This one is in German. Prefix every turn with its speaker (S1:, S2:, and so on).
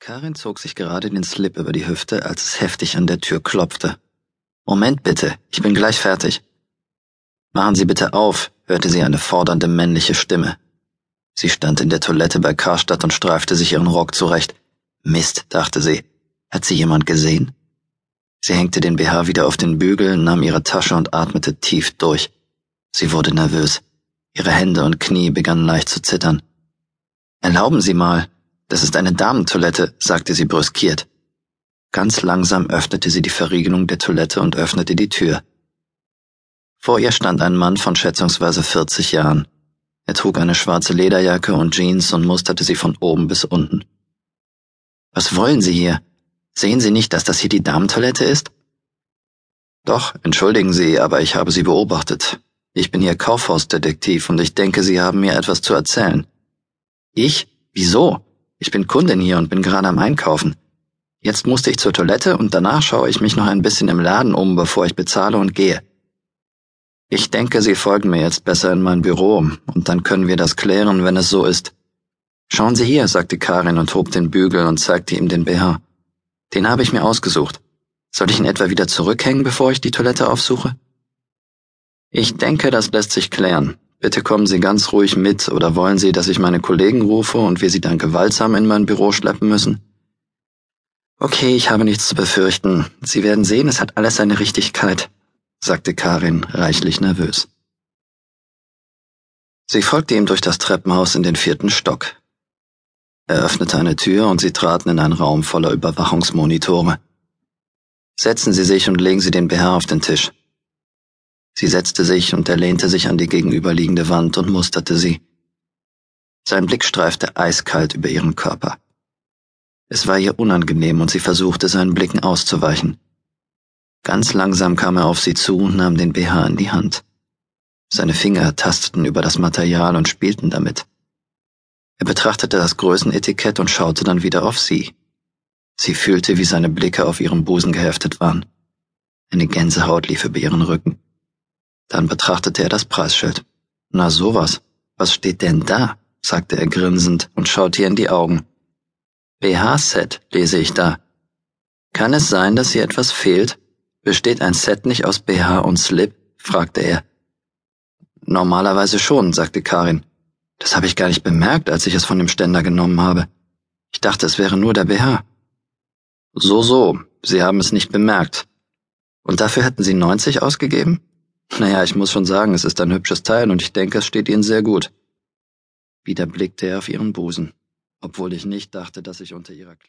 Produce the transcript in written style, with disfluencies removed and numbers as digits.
S1: Karin zog sich gerade den Slip über die Hüfte, als es heftig an der Tür klopfte. »Moment bitte, ich bin gleich fertig.« »Machen Sie bitte auf«, hörte sie eine fordernde männliche Stimme. Sie stand in der Toilette bei Karstadt und streifte sich ihren Rock zurecht. »Mist«, dachte sie, »hat sie jemand gesehen?« Sie hängte den BH wieder auf den Bügel, nahm ihre Tasche und atmete tief durch. Sie wurde nervös. Ihre Hände und Knie begannen leicht zu zittern. »Erlauben Sie mal, das ist eine Damentoilette«, sagte sie brüskiert. Ganz langsam öffnete sie die Verriegelung der Toilette und öffnete die Tür. Vor ihr stand ein Mann von schätzungsweise 40 Jahren. Er trug eine schwarze Lederjacke und Jeans und musterte sie von oben bis unten. »Was wollen Sie hier? Sehen Sie nicht, dass das hier die Damentoilette ist?« »Doch, entschuldigen Sie, aber ich habe Sie beobachtet. Ich bin Ihr Kaufhausdetektiv und ich denke, Sie haben mir etwas zu erzählen.« »Ich? Wieso? Ich bin Kundin hier und bin gerade am Einkaufen. Jetzt musste ich zur Toilette und danach schaue ich mich noch ein bisschen im Laden um, bevor ich bezahle und gehe. Ich denke, Sie folgen mir jetzt besser in mein Büro und dann können wir das klären, wenn es so ist.« »Schauen Sie hier«, sagte Karin und hob den Bügel und zeigte ihm den BH. »Den habe ich mir ausgesucht. Soll ich ihn etwa wieder zurückhängen, bevor ich die Toilette aufsuche?« »Ich denke, das lässt sich klären. Bitte kommen Sie ganz ruhig mit, oder wollen Sie, dass ich meine Kollegen rufe und wir Sie dann gewaltsam in mein Büro schleppen müssen?« »Okay, ich habe nichts zu befürchten. Sie werden sehen, es hat alles seine Richtigkeit«, sagte Karin, reichlich nervös. Sie folgte ihm durch das Treppenhaus in den 4. Stock. Er öffnete eine Tür und sie traten in einen Raum voller Überwachungsmonitore. »Setzen Sie sich und legen Sie den BH auf den Tisch.« Sie setzte sich und er lehnte sich an die gegenüberliegende Wand und musterte sie. Sein Blick streifte eiskalt über ihren Körper. Es war ihr unangenehm und sie versuchte, seinen Blicken auszuweichen. Ganz langsam kam er auf sie zu und nahm den BH in die Hand. Seine Finger tasteten über das Material und spielten damit. Er betrachtete das Größenetikett und schaute dann wieder auf sie. Sie fühlte, wie seine Blicke auf ihrem Busen geheftet waren. Eine Gänsehaut lief über ihren Rücken. Dann betrachtete er das Preisschild. »Na sowas, was steht denn da?«, sagte er grinsend und schaute ihr in die Augen. »BH-Set, lese ich da. Kann es sein, dass hier etwas fehlt? Besteht ein Set nicht aus BH und Slip?«, fragte er. »Normalerweise schon«, sagte Karin. »Das habe ich gar nicht bemerkt, als ich es von dem Ständer genommen habe. Ich dachte, es wäre nur der BH.« »So, Sie haben es nicht bemerkt. Und dafür hätten Sie 90 ausgegeben? Naja, ich muss schon sagen, es ist ein hübsches Teil und ich denke, es steht Ihnen sehr gut.« Wieder blickte er auf ihren Busen, obwohl ich nicht dachte, dass ich unter ihrer